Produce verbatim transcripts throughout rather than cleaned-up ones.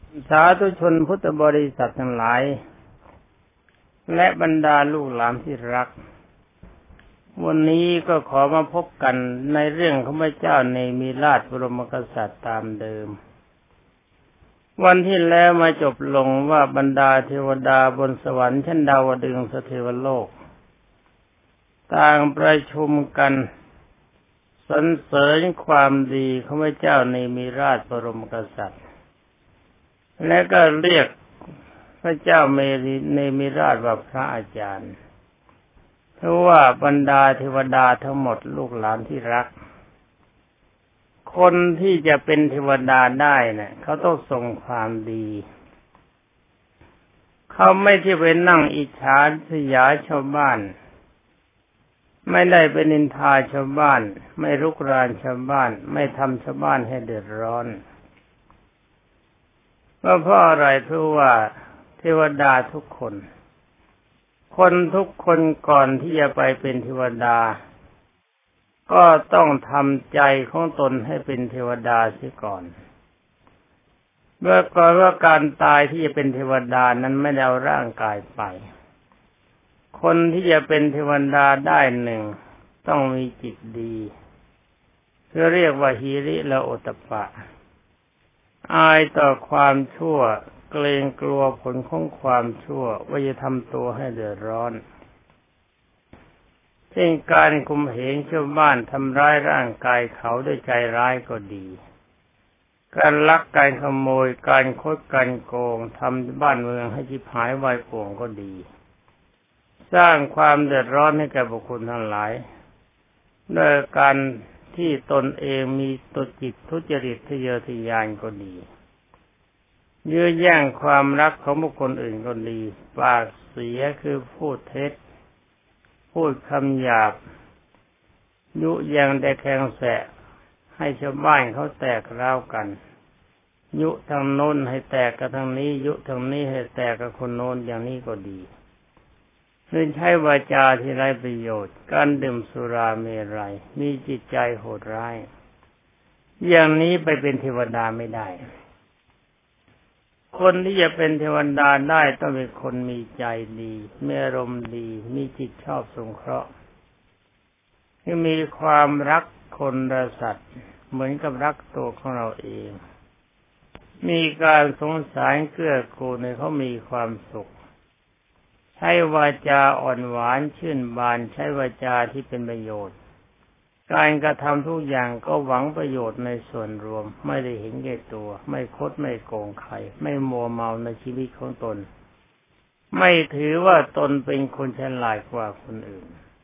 สาธุชนพุทธบริษัททั้งหลายและบรรดาลูกหลานที่รักวันนี้ก็ขอมาพบกันในเรื่องของพระเจ้าเนมิราชบรมกษัตริย์ตามเดิมวันที่แล้วมาจบลงว่าบรรดาเทวดาบนสวรรค์ชั้นดาวดึงส์เทวโลกต่างประชุมกันสรรเสริญความดีของพระเจ้าเนมิราชบรมกษัตริย์และก็เรียกพระเจ้าเมริเนมิราชว่าพระอาจารย์เพราะว่าบรรดาเทวดาทั้งหมดลูกหลานที่รักคนที่จะเป็นเทวดาได้เนี่ยเขาต้องทรงความดีเขาไม่ที่ไปนั่งอิจฉาสยาชาวบ้านไม่ได้เป็นนินทาชาวบ้านไม่รุกรานชาวบ้านไม่ทำชาวบ้านให้เดือดร้อนก็เพราะอะไรเพราะว่าเทวดาทุกคนคนทุกคนก่อนที่จะไปเป็นเทวดาก็ต้องทำใจของตนให้เป็นเทวดาเสียก่อนเมื่อก่อนว่าการตายที่จะเป็นเทวดานั้นไม่ได้เอาร่างกายไปคนที่จะเป็นเทวดาได้หนึ่งต้องมีจิตดีคือเรียกว่าหิริและโอตตัปปะอายต่อความชั่วเกรงกลัวผลของความชั่วว่าจะทำตัวให้เดือดร้อนเช่นการข่มเหงชาวบ้านทำร้ายร่างกายเขาด้วยใจร้ายก็ดีการลักการขโมยการคดการโกงทำบ้านเมืองให้ชิบหายวายป่วงก็ดีสร้างความเดือดร้อนให้แก่บุคคลทั้งหลายด้วยการที่ตนเองมีตัวจิตทุจริตทะเยอทะยานก็ดียื้อแย่งความรักของบุคคลอื่นก็ดีปากเสียคือพูดเท็จพูดคำหยาบยุแยงแต่แคงแสะให้ชาวบ้านเขาแตกร้าวกันยุทางโน้นให้แตกกับทางนี้ยุทางนี้ให้แตกกับคนโน้นอย่างนี้ก็ดีหรือใช้วาจาที่ไร้ประโยชน์การดื่มสุราเมรัยมีจิตใจโหดร้ายอย่างนี้ไปเป็นเทวดาไม่ได้คนที่จะเป็นเทวดาได้ต้องเป็นคนมีใจดีมีอารมณ์ดีมีจิตชอบสงเคราะห์ที่มีความรักคนและสัตว์เหมือนกับรักตัวของเราเองมีการสงสารเกื้อกูลให้เขามีความสุขใช้วาจาอ่อนหวานชื่นบานใช้วาจาที่เป็นประโยชน์การกระทำทุกอย่างก็หวังประโยชน์ในส่วนรวมไม่ได้เห็นแก่ตัวไม่คดไม่โกงใครไม่มัวเมาในชีวิตของตนไม่ถือว่าตนเป็นคนฉลาดกว่าคนอื่น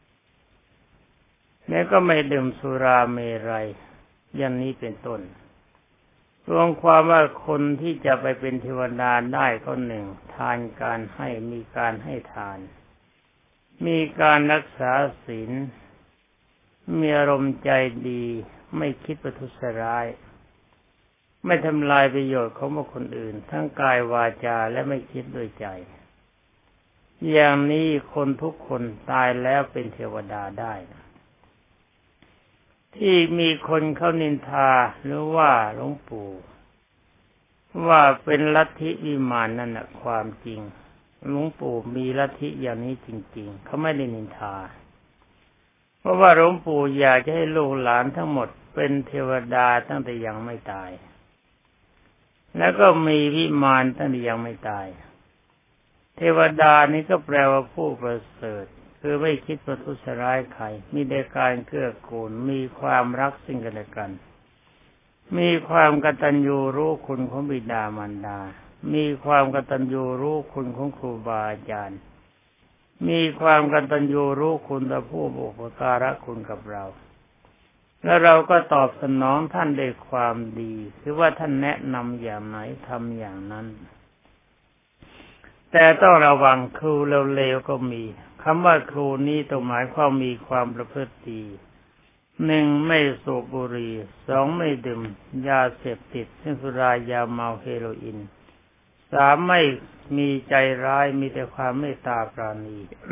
และก็ไม่ดื่มสุราเมรัยอย่างนี้เป็นต้นรวมความว่าคนที่จะไปเป็นเทวดาได้ก็หนึ่งทานการให้มีการให้ทานมีการรักษาศีลมีอารมณ์ใจดีไม่คิดประทุษร้ายไม่ทำลายประโยชน์ของบุคคลอื่นทั้งกายวาจาและไม่คิดด้วยใจอย่างนี้คนทุกคนตายแล้วเป็นเทวดาได้ที่มีคนเขานินทาหรือว่าหลวงปู่ว่าเป็นลัทธิวิมานนั่นน่ะความจริงหลวงปู่มีลัทธิอย่างนี้จริงๆเขาไม่ได้นินทาเพราะว่าหลวงปู่อยากจะให้ลูกหลานทั้งหมดเป็นเทวดาตั้งแต่ยังไม่ตายแล้วก็มีวิมานตั้งแต่ยังไม่ตายเทวดานี้ก็แปลว่าผู้ประเสริฐคือไม่คิดประทุษร้ายใครมีแต่การเกื้อกูลมีความรักซึ่งกันและกันมีความกตัญญูรู้คุณของบิดามารดามีความกตัญญูรู้คุณของครูบาอาจารย์มีความกตัญญูรู้คุณต่อผู้อุปการะคุณกับเราแล้วเราก็ตอบสนองท่านด้วยความดีคือว่าท่านแนะนำอย่างไหนทำอย่างนั้นแต่ต้องระวังครูเลวๆก็มีคำว่าครูนี้ต้องหมายความมีความประพฤติดีหนึ่งไม่สูบบุหรี่สองไม่ดื่มยาเสพติดเช่นสุรายาเมาเฮโรอีนสามไม่มีใจร้ายมีแต่ความเมตตาปราณี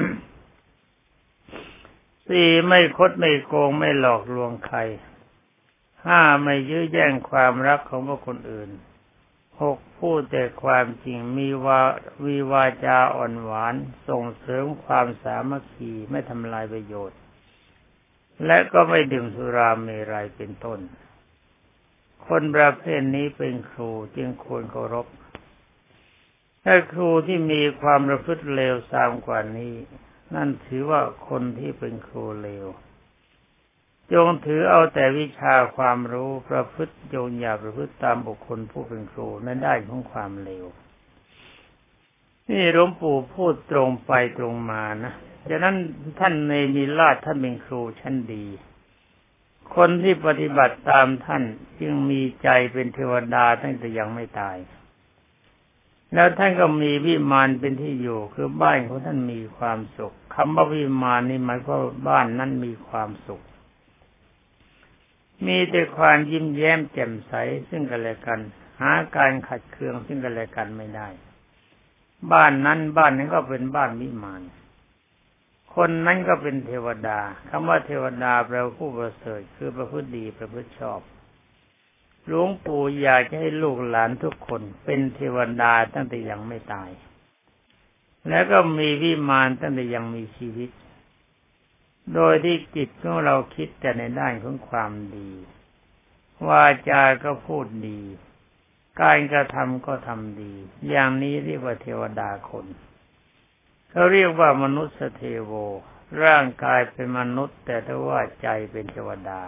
สี่ไม่คดไม่โกงไม่หลอกลวงใครห้าไม่ยื้อแย่งความรักของบุคคลอื่นหกพพูดแต่ความจริงมีวาวีวาจาอ่อนหวานส่งเสริมความสามัคคีไม่ทำลายประโยชน์และก็ไม่ดื่มสุราเมรัยเป็นต้นคนประเภทนี้เป็นครูจึงควรเคารพถ้าครูที่มีความประพฤติเลวทรามกว่านี้นั่นถือว่าคนที่เป็นครูเลวจงถือเอาแต่วิชาความรู้ประพฤติจงอย่าประพฤติตามบุคคลผู้เป็นครูในด้านของความเลวนี่หลวงปู่พูดตรงไปตรงมานะฉะนั้นท่านในมีราชท่านเป็นครูชั้นดีคนที่ปฏิบัติตามท่านจึงมีใจเป็นเทวดาตั้งแต่ยังไม่ตายแล้วท่านก็มีวิมานเป็นที่อยู่คือบ้านของท่านมีความสุขคำว่าวิมานนี่หมายความว่าบ้านนั้นมีความสุขมีแต่ความยิ้มแย้มแจ่มใสซึ่งกันและกันหาการขัดเคืองซึ่งกันและกันไม่ได้บ้านนั้นบ้านนั้นก็เป็นบ้านวิมานคนนั้นก็เป็นเทวดาคำว่าเทวดาแปลว่าผู้ประเสริฐคือประพฤติดีประพฤติชอบหลวงปู่อยากจะให้ลูกหลานทุกคนเป็นเทวดาตั้งแต่ยังไม่ตายแล้วก็มีวิมานตั้งแต่ยังมีชีวิตโดยที่จิตของเราคิดแต่ในด้านของความดีวาจาก็พูดดีการกระทำก็ทำดีอย่างนี้เรียกว่าเทวดาคนเขาเรียกว่ามนุษย์เทโวร่างกายเป็นมนุษย์แต่ถ้าว่าใจเป็นเทวดา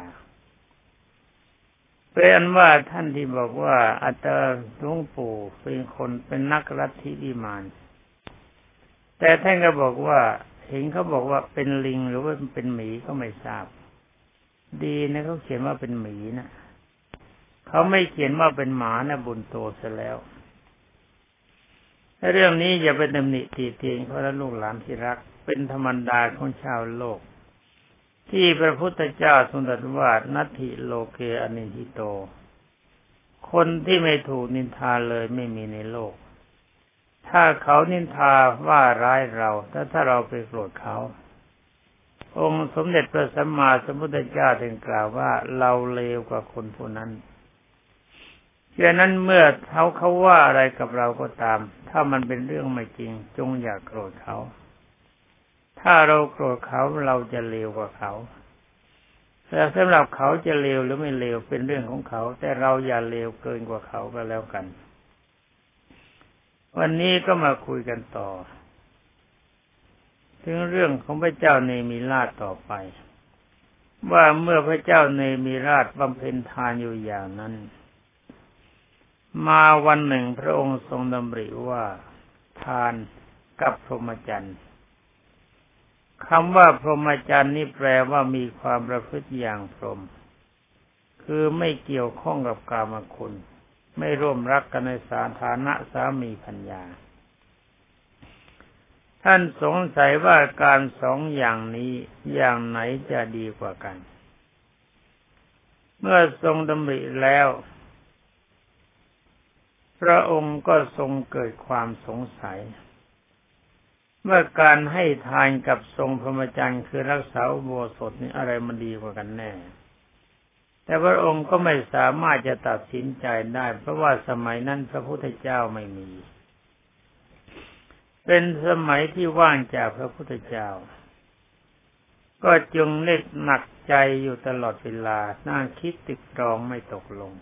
เป็นว่าท่านที่บอกว่าอาตมาหลวงปู่เป็นคนเป็นนักลัทธิวิมานแต่ท่านก็บอกว่าเห็นเขาบอกว่าเป็นลิงหรือว่าเป็นหมีก็ไม่ทราบดีนะเขาเขียนว่าเป็นหมีนะเขาไม่เขียนว่าเป็นหมานะบุญโตซะแล้วเรื่องนี้อย่าไปตำหนิตีเตียนเขาและลูกหลานที่รักเป็นธรรมดาของชาวโลกที่พระพุทธเจ้าทรงตรัสว่านัตถิโลเกอนินทิโตคนที่ไม่ถูกนินทาเลยไม่มีในโลกถ้าเขานินทาว่าร้ายเราถ้าถ้าเราไปโกรธเขาองค์สมเด็จพระสัมมาสัมพุทธเจ้าถึงกล่าวว่าเราเลวกว่าคนผู้นั้นฉะนั้นเมื่อเขาเขาว่าอะไรกับเราก็ตามถ้ามันเป็นเรื่องไม่จริงจงอย่าโกรธเขาถ้าเราโกรธเขาเราจะเลวกว่าเขาแต่สำหรับเขาจะเลวหรือไม่เลวเป็นเรื่องของเขาแต่เราอย่าเลวเกินกว่าเขาก็แล้วกันวันนี้ก็มาคุยกันต่อถึงเรื่องของพระเจ้าเนมิราชต่อไปว่าเมื่อพระเจ้าเนมิราชบำเพ็ญทานอยู่อย่างนั้นมาวันหนึ่งพระองค์ทรงดำริว่าทานกับพรหมจรรย์คำว่าพรหมจรรย์นี่แปลว่ามีความประพฤติอย่างพรหมคือไม่เกี่ยวข้องกับกามคุณไม่ร่วมรักกันในสถานะสามีภรรยาท่านสงสัยว่าการสองอย่างนี้อย่างไหนจะดีกว่ากันเมื่อทรงดำริแล้วพระองค์ก็ทรงเกิดความสงสัยเมื่อการให้ทานกับทรงพรหมจรรย์คือรักษาอุโบสถนี่อะไรมันดีกว่ากันแน่แต่พระองค์ก็ไม่สามารถจะตัดสินใจได้เพราะว่าสมัยนั้นพระพุทธเจ้าไม่มีเป็นสมัยที่ว่างจากพระพุทธเจ้าก็จงเล็กหนักใจอยู่ตลอดเวลานั่งคิดตึกตรองไม่ตกลง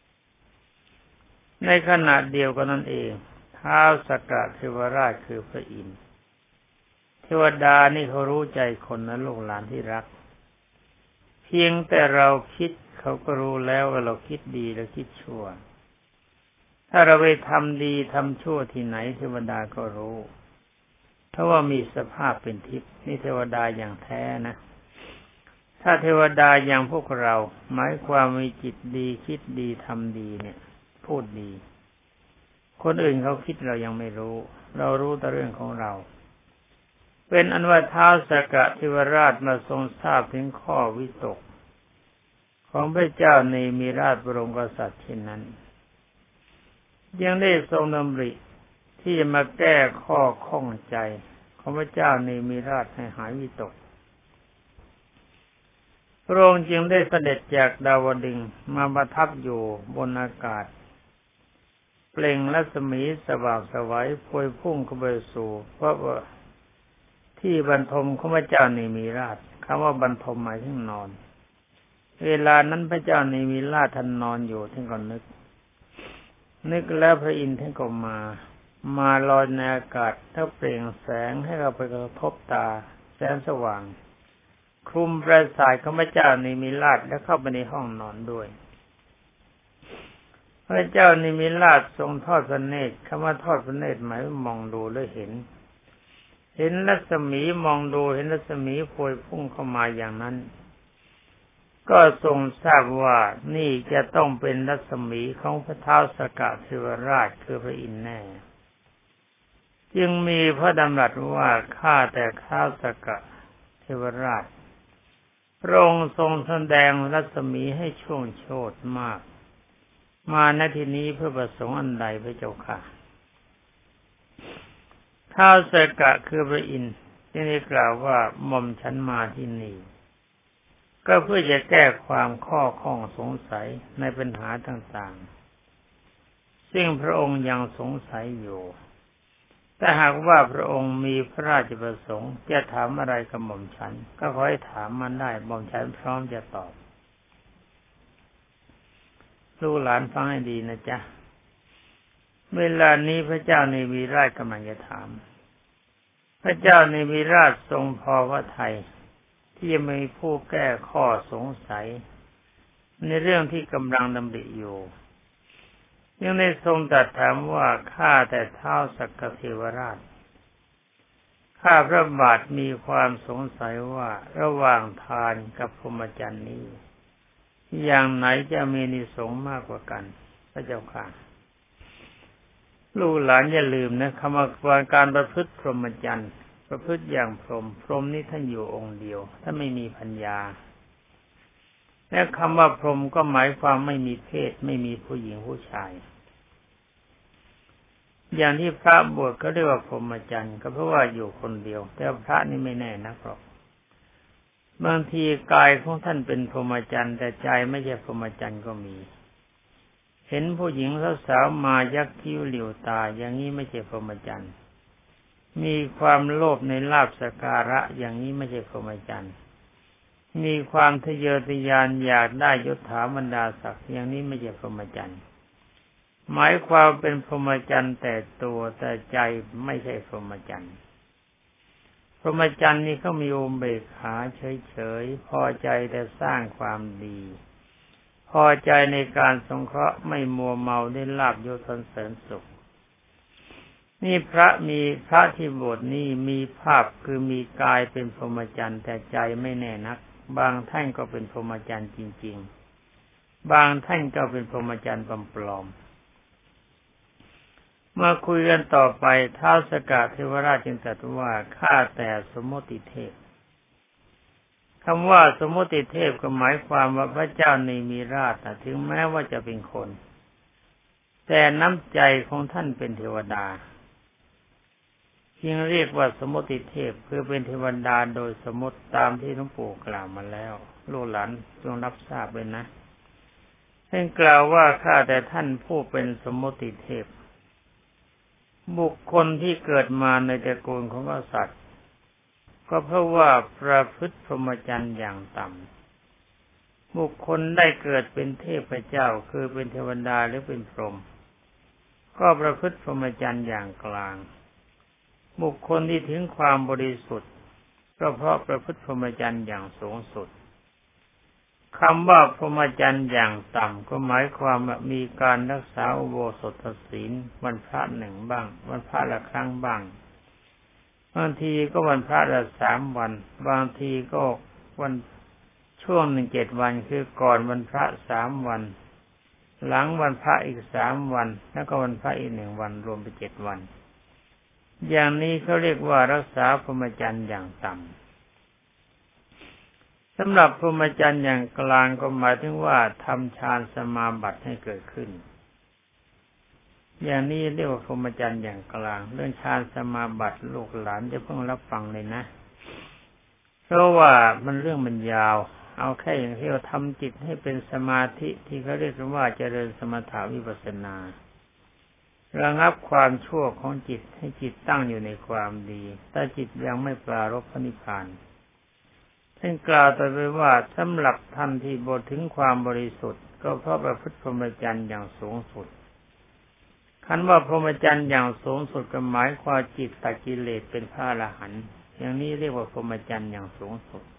ในขณะเดียวกันนั่นเองท้าวสักกะเทวราชคือพระอินทร์เทวดานี่เขารู้ใจคนนะลูกหลานที่รักเพียงแต่เราคิดเขาก็รู้แล้วว่าเราคิดดีหรือคิดชั่วถ้าเราไปทำดีทำชั่วที่ไหนเทวดาก็รู้เพราะว่ามีสภาพเป็นทิพย์นี่เทวดาอย่างแท้นะถ้าเทวดาอย่างพวกเราหมายความมีจิตดีคิดดีทำดีเนี่ยพูดดีคนอื่นเขาคิดเรายังไม่รู้เรารู้แต่เรื่องของเราเป็นอันว่าท้าวสักกะเทวราชมาทรงทราบถึงข้อวิตกของพระเจ้าเนมิราชบรมกษัตริย์เช่นนั้นยังได้ทรงดำริที่จะมาแก้ข้อข้องใจของพระเจ้าเนมิราชให้หายวิตกพระองค์จึงได้เสด็จจากดาวดึงส์มาประทับอยู่บนอากาศเปล่งรัศมีสว่างไสวพวยพุ่งเข้าไปสู่เพราะว่าที่บรรทมของพระเจ้านิมิราชคำว่าบรรทมหมายถึงนอนเวลานั้นพระเจ้านิมิราชท่านนอนอยู่ท่านก็นึกนึกแล้วพระอินทร์ท่านก็มามาลอยในอากาศถ้าเปล่งแสงให้เราไปกระทบตาแสงสว่างคลุมปราสาทของพระเจ้านิมิราชและเข้าไปในห้องนอนด้วยพระเจ้านิมิราชทรงทอดพระเนตรคำว่าทอดพระเนตรหมายว่ามองดูและเห็นเห็นรัศมีมองดูเห็นรัศมีพวยพุ่งเข้ามาอย่างนั้นก็ทรงทราบว่านี่จะต้องเป็นรัศมีของพระท้าวสกะเทวราชคือพระอินทร์แน่จึงมีพระดำรัสว่าข้าแต่ท้าวสกะเทวราชพระองค์ทรงแสดงรัศมีให้ช่วงโชติมากมาณที่นี้เพื่อประสงค์อันใดพระเจ้าค่ะท้าวสกะคือพระอินทร์จึงได้กล่าวว่าหม่อมฉันมาที่นี่ก็เพื่อจะแก้ความข้อข้องสงสัยในปัญหาต่างๆซึ่งพระองค์ยังสงสัยอยู่แต่หากว่าพระองค์มีพระราชประสงค์จะถามอะไรกับหม่อมฉันก็ขอให้ถามมันได้หม่อมฉันพร้อมจะตอบลูกหลานฟังให้ดีนะจ๊ะเวลานี้พระเจ้าในวีราชกำลังจะถามพระเจ้าในวีราชทรงพอพระทัยที่จะมีผู้แก้ข้อสงสัยในเรื่องที่กำลังดำริอยู่ยังได้ทรงตรัสถามว่าข้าแต่ท้าวสักกะเทวราชข้าพระบาทมีความสงสัยว่าระหว่างทานกับพรหมจรรย์นี้อย่างไหนจะมีอานิสงส์มากกว่ากันพระเจ้าค่ะลูกหลานอย่าลืมนะคำว่าการประพฤติพรหมจรรย์ประพฤติอย่างพรหมพรหมนี้ท่านอยู่องค์เดียวถ้าไม่มีพัญญาและคำว่าพรหมก็หมายความไม่มีเพศไม่มีผู้หญิงผู้ชายอย่างที่พระบวชก็เรียกว่าพรหมจรรย์ก็เพราะว่าอยู่คนเดียวแต่พระนี่ไม่แน่นักหรอกบางทีกายของท่านเป็นพรหมจรรย์แต่ใจไม่ใช่พรหมจรรย์ก็มีเห็นผู้หญิงสาวๆมายักคิ้วเหลี่ยวตาอย่างนี้ไม่ใช่พรหมจรรย์มีความโลภในลาภสักการะอย่างนี้ไม่ใช่พรหมจรรย์มีความทะเยอทะยานอยากได้ยศถาบรรดาศักดิ์อย่างนี้ไม่ใช่พรหมจรรย์หมายความเป็นพรหมจรรย์แต่ตัวแต่ใจไม่ใช่พรหมจรรย์พรหมจรรย์นี้เขามีอุเบกขาเฉยๆพอใจแต่สร้างความดีพอใจในการสงเคราะห์ไม่มัวเมาได้ลาภยศสรรเสริญสุขนี่พระมีพระที่บวชนี่มีภาพคือมีกายเป็นพรหมจรรย์แต่ใจไม่แน่นักบางท่านก็เป็นพรหมจรรย์จริงๆบางท่านก็เป็นพรหมจรรย์ปลอมๆเมื่อคุยกันต่อไปท้าวสกะเทวราชจึงตรัสว่าข้าแต่สมมติเทพคำว่าสมมติเทพก็หมายความว่าพระเจ้านิมิราชถึงแม้ว่าจะเป็นคนแต่น้ำใจของท่านเป็นเทวดาจึงเรียกว่าสมมติเทพคือเป็นเทวดาโดยสมมติตามที่หลวงปู่กล่าวมาแล้วลูกหลานจงรับทราบเลยนะท่านกล่าวว่าข้าแต่ท่านผู้เป็นสมมติเทพบุคคลที่เกิดมาในตระกูลของกษัตริย์ก็เพราะว่าประพฤติพรหมจรรย์อย่างต่ำบุคคลได้เกิดเป็นเทพเจ้าคือเป็นเทวดาหรือเป็นพรหมก็ประพฤติพรหมจรรย์อย่างกลางบุคคลที่ถึงความบริสุทธิ์ก็เพราะประพฤติพรหมจรรย์อย่างสูงสุดคำว่าพรหมจรรย์อย่างต่ำก็หมายความว่ามีการรักษาอุโบสถศีลวันพระหนึ่งบ้างวันพระละครั้งบ้างบางทีก็วันพระละสามวันบางทีก็วันช่วงหนึ่งเจ็ดวันคือก่อนวันพระสามวันหลังวันพระอีกสามวันแล้วก็วันพระอีกหนึ่งวันรวมเป็นเจ็ดวันอย่างนี้เขาเรียกว่ารักษาพรหมจรรย์อย่างต่ำสำหรับพรหมจรรย์อย่างกลางก็หมายถึงว่าทำฌานสมาบัติให้เกิดขึ้นอย่างนี้เรียกว่าพรหมจรรย์อย่างกลางเรื่องฌานสมาบัติลูกหลานจะเพิ่งรับฟังเลยนะเพราะว่ามันเรื่องมันยาวเอาแค่อย่างที่เราทำจิตให้เป็นสมาธิที่เขาเรียกว่าเจริญสมถะวิปัสสนาระงับความชั่วของจิตให้จิตตั้งอยู่ในความดีแต่จิตยังไม่ปรารภพระนิพพานท่านกล่าวต่อไปว่าสำหรับท่านที่บทถึงความบริสุทธิ์ก็เพราะประพฤติพรหมจรรย์อย่างสูงสุดคันว่าพรหมจรรย์อย่างสูงสุดก็หมายความจิตตัดกิเลสเป็นพระอรหันต์อย่างนี้เรียกว่าพรหมจรรย์อย่างสูงสุด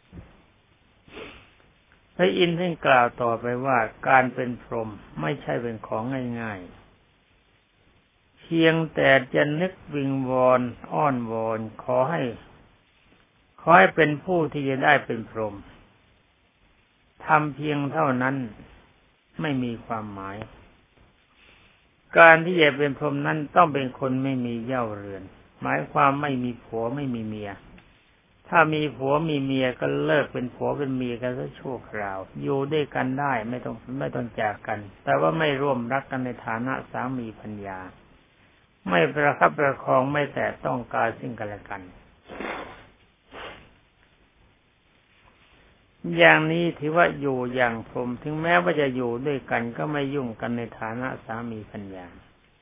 พระอินทร์ท่านกล่าวต่อไปว่าการเป็นพรหมไม่ใช่เป็นของง่ายๆเพียงแต่จะนึกวิงวอนอ้อนวอนขอให้ขอให้เป็นผู้ที่จะได้เป็นพรหมทำเพียงเท่านั้นไม่มีความหมายการที่จะเป็นพรหมนั้นต้องเป็นคนไม่มีเย่าเรือนหมายความไม่มีผัวไม่มีเมียถ้ามีผัวมีเมียก็เลิกเป็นผัวเป็นเมียกันซะชั่วคราวอยู่ด้วยกันได้ไม่ต้องไม่ต้องจากกันแต่ว่าไม่ร่วมรักกันในฐานะสามีภรรยาไม่ประคับประคองไม่แตะต้องกายซึ่งกันและกันอย่างนี้ถือว่าอยู่อย่างพรหมถึงแม้ว่าจะอยู่ด้วยกันก็ไม่ยุ่งกันในฐานะสามีภรรยา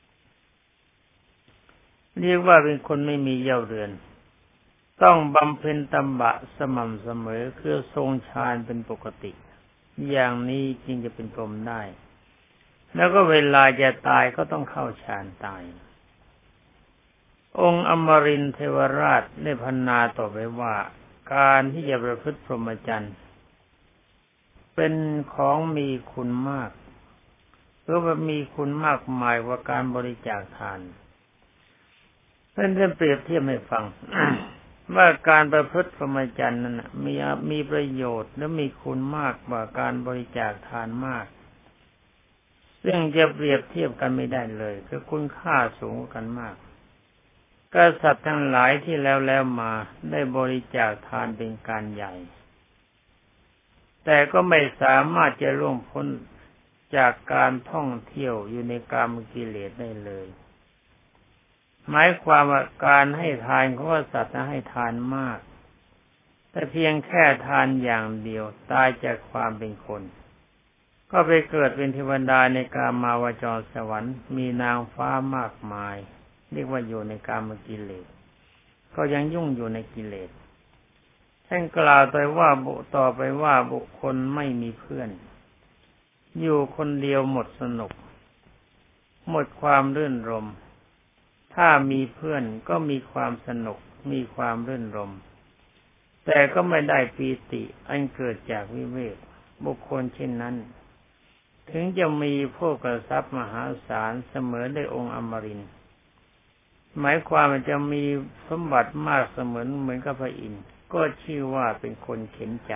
เรียกว่าเป็นคนไม่มีเย่าเรือนต้องบำเพ็ญตบะสม่ำเสมอคือทรงฌานเป็นปกติอย่างนี้จึงจะเป็นพรหมได้แล้วก็เวลาจะตายก็ต้องเข้าฌานตายองค์อมรินทร์เทวราชได้พรรณนาต่อไปว่าการที่จะประพฤติพรหมจรรย์เป็นของมีคุณมากหรือว่ามีคุณมากมายกว่าการบริจาคทานเพื่อนเปรียบเทียบให้ฟัง ว่าการประพฤติพรหมจรรย์นั้นมีมีประโยชน์และมีคุณมากกว่าการบริจาคทานมากซึ่งจะเปรียบเทียบกันไม่ได้เลยคือคุณค่าสูงกันมากกษัตริย์ทั้งหลายที่แล้วแล้วมาได้บริจาคทานเป็นการใหญ่แต่ก็ไม่สามารถจะล่วงพ้นจากการท่องเที่ยวอยู่ในกามกิเลสได้เลยหมายความว่าการให้ทานของกษัตริย์ให้ทานมากแต่เพียงแค่ทานอย่างเดียวตายจากความเป็นคนก็ไปเกิดเป็นเทวดาในกามาวจรสวรรค์มีนางฟ้ามากมายเรียกว่าอยู่ในกามกิเลสก็ยังยุ่งอยู่ในกิเลสท่านกล่าวต่อว่าต่อไปว่าบุคคลไม่มีเพื่อนอยู่คนเดียวหมดสนุกหมดความรื่นรมย์ถ้ามีเพื่อนก็มีความสนุกมีความรื่นรมย์แต่ก็ไม่ได้ปีติอันเกิดจากวิเวกบุคคลเช่นนั้นถึงจะมีโภคทรัพย์มหาศาลเสมอได้องค์อมรินทร์หมายความว่าจะมีสมบัติมากเสมอเหมือนกับพระอินทร์ก็ชื่อว่าเป็นคนเข็นใจ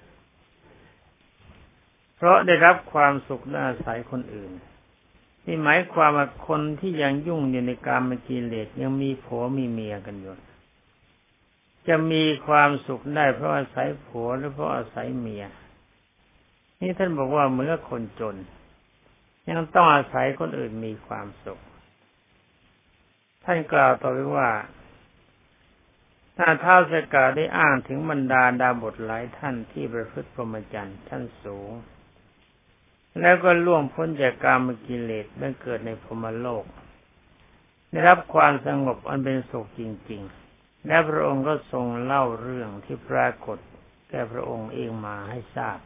เพราะได้รับความสุขและอาศัยคนอื่นนี่หมายความว่าคนที่ยังยุ่งอยู่ในกามกิเลสยังมีผัวมีเมียกันอยู่จะมีความสุขได้เพราะอาศัยผัวหรือเพราะอาศัยเมียนี่ท่านบอกว่าเหมือนกับคนจนยังต้องอาศัยคนอื่นมีความสุขท่านกล่าวต่อไปว่าถ้าท้าวสักกะได้อ้างถึงบรรดาดาบทหลายท่านที่ประพฤติพรหมจรรย์ท่านสูงแล้วก็ล่วงพ้นจากกามกิเลสได้เกิดในพรหมโลกได้รับความสงบอันเป็นสุขจริงๆและพระองค์ก็ทรงเล่าเรื่องที่ปรากฏแก่พระองค์เองมาให้ทราบ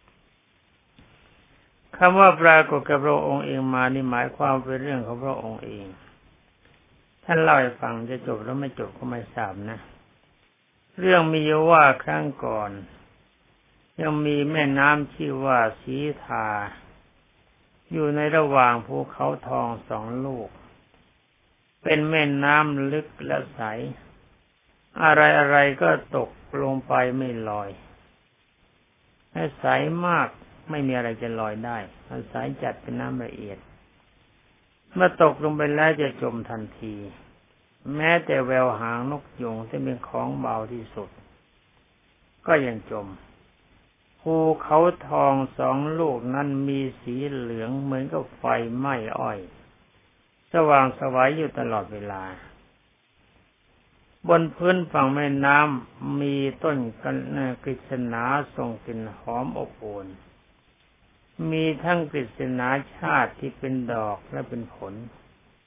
คำว่าปรากฏแก่พระองค์เองมานี่หมายความเป็นเรื่องของพระองค์เองท่านเล่าให้ฟังจะจบแล้วไม่จบก็ไม่ทราบนะเรื่องมีว่าครั้งก่อนยังมีแม่น้ำชื่อว่าสีทาอยู่ในระหว่างภูเขาทองสองลูกเป็นแม่น้ำลึกและใสอะไรๆก็ตกลงไปไม่ลอยให้ใสมากไม่มีอะไรจะลอยได้มันใสจัดเป็นน้ำละเอียดเมื่อตกลงไปแล้วจะจมทันทีแม้แต่แววหางนกยุงที่เป็นของเบาที่สุดก็ยังจมภูเขาทองสองลูกนั้นมีสีเหลืองเหมือนกับไฟไหม้อ้อยสว่างไสวอยู่ตลอดเวลาบนพื้นฝั่งแม่น้ำมีต้นกฤษณาส่งกลิ่นหอมอบอวลมีทั้งกฤษณาชาติที่เป็นดอกและเป็นผล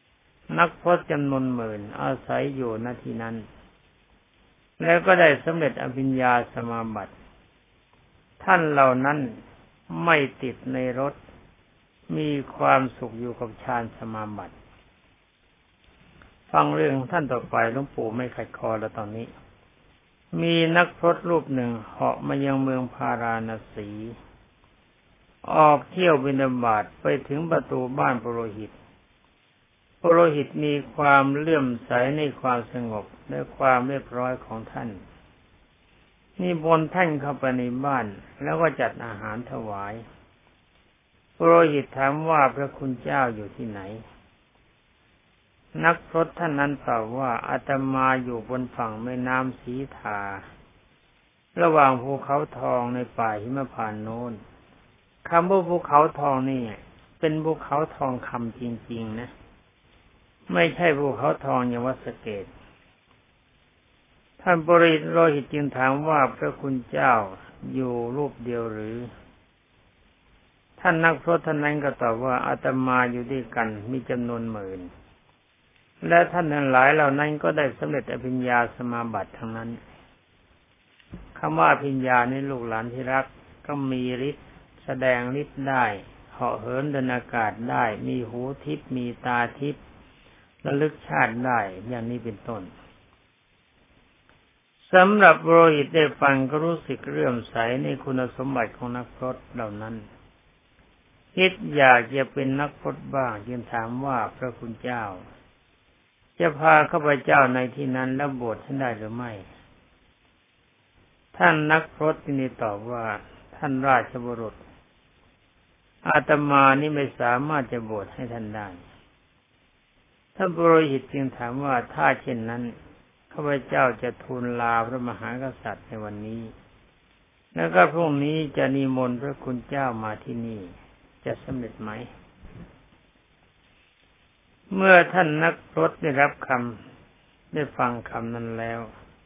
นักพรตจำนวนหมื่นอาศัยอยู่ณที่นั้นแล้วก็ได้สำเร็จอภิญญาสมาบัติท่านเหล่านั้นไม่ติดในรถมีความสุขอยู่กับฌานสมาบัติฟังเรื่องท่านต่อไปหลวงปู่ไม่ขัดคอแล้วตอนนี้มีนักพรตรูปหนึ่งเหาะมายังเมืองพาราณสีออกเที่ยวบิณฑบาตไปถึงประตูบ้านปุโรหิตปุโรหิตมีความเลื่อมใสในความสงบและความเรียบร้อยของท่านนิมนต์ท่านเข้าไปในบ้านแล้วก็จัดอาหารถวายปุโรหิตถามว่าพระคุณเจ้าอยู่ที่ไหนนักพรตท่านนั้นตอบว่าอาตมาอยู่บนฝั่งแม่น้ำสีทาระหว่างภูเขาทองในป่าหิมพานต์โน้นคำว่าภูเขาทองนี่เป็นภูเขาทองคำจริงๆนะไม่ใช่ภูเขาทองอย่างวัดสะเกษท่านปุโรหิตจึงถามว่าพระคุณเจ้าอยู่รูปเดียวหรือท่านนักพรตท่านนั้นก็ตอบว่าอาตมาอยู่ด้วยกันมีจำนวนหมื่นและท่านทั้งหลายเหล่านั้นก็ได้สำเร็จอภิญญาสมาบัติทั้งนั้นคำว่าอภิญญาในลูกหลานที่รักก็มีฤทธิ์แสดงฤทธิ์ได้เหาะเหินเดินอากาศได้มีหูทิพย์มีตาทิพย์ระลึกชาติได้อย่างนี้เป็นต้นสำหรับปุโรหิตได้ฟังก็รู้สึกเลื่อมใสในคุณสมบัติของนักพรตเหล่านั้นคิดอยากจะเป็นนักพรตบ้างจึงถามว่าพระคุณเจ้าจะพาข้าพเจ้าในที่นั้นแล้วบวชให้ได้หรือไม่ท่านนักพรตนี่ตอบว่าท่านราชบุรุษอาตมานี่ไม่สามารถจะบวชให้ท่านได้ท่านปุโรหิตจึงถามว่าถ้าเช่นนั้นข้าพเจ้าจะทูลลาพระมหากษัตริย์ในวันนี้แล้วก็พรุ่งนี้จะนิมนต์พระคุณเจ้ามาที่นี่จะสำเร็จไหมเมื่อท่านนักพรตได้รับคำได้ฟังคำนั้นแล้ว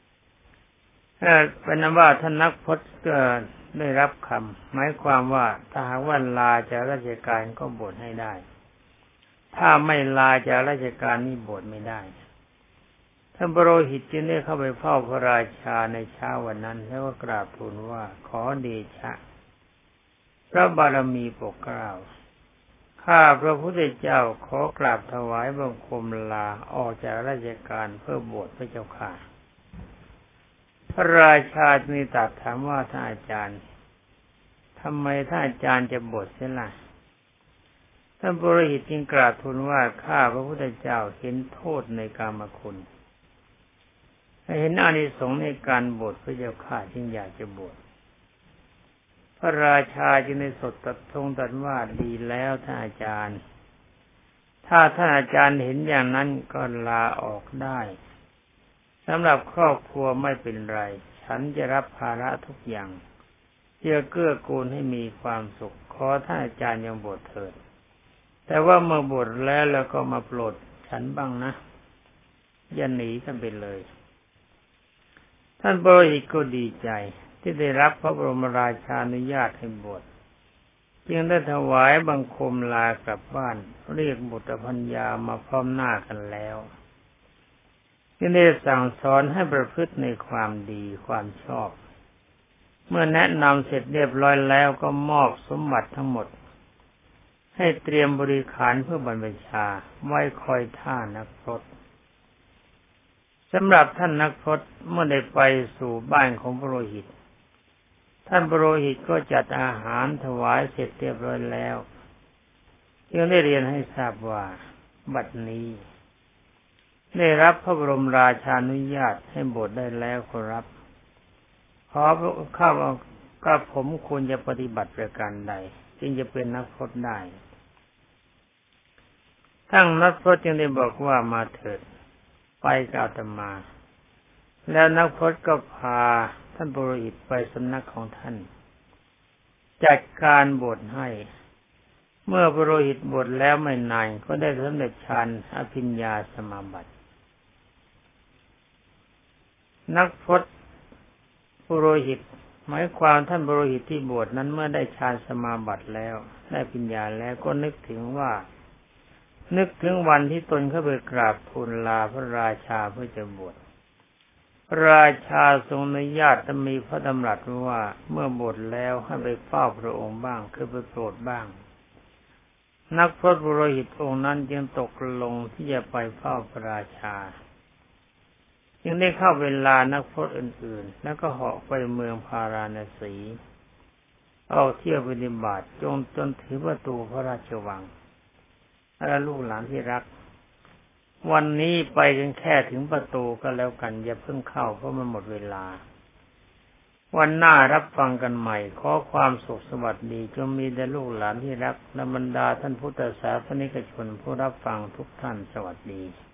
เป็นว่าท่านนักพรตก็ได้รับคำหมายความว่าถ้าหากว่าลาจากราชการก็บวชให้ได้ถ้าไม่ลาจากราชการนี่บวชไม่ได้ท่านปุโรหิตจึงได้เข้าไปเฝ้าพระราชาในเช้าวันนั้นแล้วก็กราบทูลว่าขอเดชะพระบารมีโปรดเกล้าข้าพระพุทธเจ้าขอกราบถวายบังคมลาออกจากราชการเพื่อบวชพระเจ้าค่ะพระราชาจึงตรัสถามว่าท่านอาจารย์ทำไมท่านอาจารย์จะบวชเสียล่ะท่านปุโรหิตจึงกราบทูลว่าข้าพระพุทธเจ้าเห็นโทษในกามคุณเห็นอานิสงส์ในการบวชพระเจ้าข้าจึงอยากจะบวชพระราชาจึงได้สดตัดทรงตรัสว่าดีแล้วท่านอาจารย์ถ้าท่านอาจารย์เห็นอย่างนั้นก็ลาออกได้สำหรับครอบครัวไม่เป็นไรฉันจะรับภาระทุกอย่างเพื่อเกื้อกูลให้มีความสุขขอท่านอาจารย์ยังบวชเถิดแต่ว่าเมื่อบวชแล้วแล้วก็มาโปรดฉันบ้างนะอย่าหนีกันไปเลยท่านปุโรหิตก็ดีใจที่ได้รับพระบรมราชานุญาตให้บวชจึงได้ถวายบังคมลากลับบ้านเรียกบุตรภรรยามาพร้อมหน้ากันแล้วจึงได้สั่งสอนให้ประพฤติในความดีความชอบเมื่อแนะนำเสร็จเรียบร้อยแล้วก็มอบสมบัติทั้งหมดให้เตรียมบริขารเพื่อบรรพชาไว้คอยท่านักพรตสำหรับท่านนักพรตเมื่อได้ไปสู่บ้านของปุโรหิตท่านปุโรหิตก็จัดอาหารถวายเสร็จเรียบร้อยแล้วจึงได้เรียนให้ทราบว่าบัดนี้ได้รับพระบรมราชานุญาตให้บวชได้แล้วขอรับขอข้าก็ผมควรจะปฏิบัติประการใดจึงจะเป็นนักพรตได้ทั้งนักพรตจึงได้บอกว่ามาเถิดไปกับอาตมาแล้วนักพรตก็พาท่านปุโรหิตไปสำนักของท่านจัดการบวชให้เมื่อปุโรหิตบวชแล้วไม่นานก็ได้สำเร็จฌานอภิญญาสมาบัตินักพรตปุโรหิตหมายความท่านปุโรหิตที่บวชนั้นเมื่อได้ฌานสมาบัติแล้วได้ปัญญาแล้วก็นึกถึงว่าพนึกถึงวันที่ตนเข้าไปกราบทูลลาพระราชาเพื่อจะบวชราชาทรงอนุญาตและมีพระดำรัสว่าเมื่อบวชแล้วให้ไปเฝ้าพระองค์บ้างคือไปโปรดบ้างนักพรตปุโรหิตองค์นั้นจึงตกลงที่จะไปเฝ้าพระราชาจึงได้เข้าเวลานักพรตอื่นๆแล้วก็เหาะไปเมืองพาราณสีเอาเที่ยวปฏิบัติจงจนถือประตูพระราชวังและลูกหลานที่รักวันนี้ไปกันแค่ถึงประตูก็แล้วกันอย่าเพิ่งเข้าเพราะมันหมดเวลาวันหน้ารับฟังกันใหม่ขอความสุขสวัสดีจงมีแด่ลูกหลานที่รักและบรรดาท่านพุทธศาสนิกชนผู้รับฟังทุกท่านสวัสดี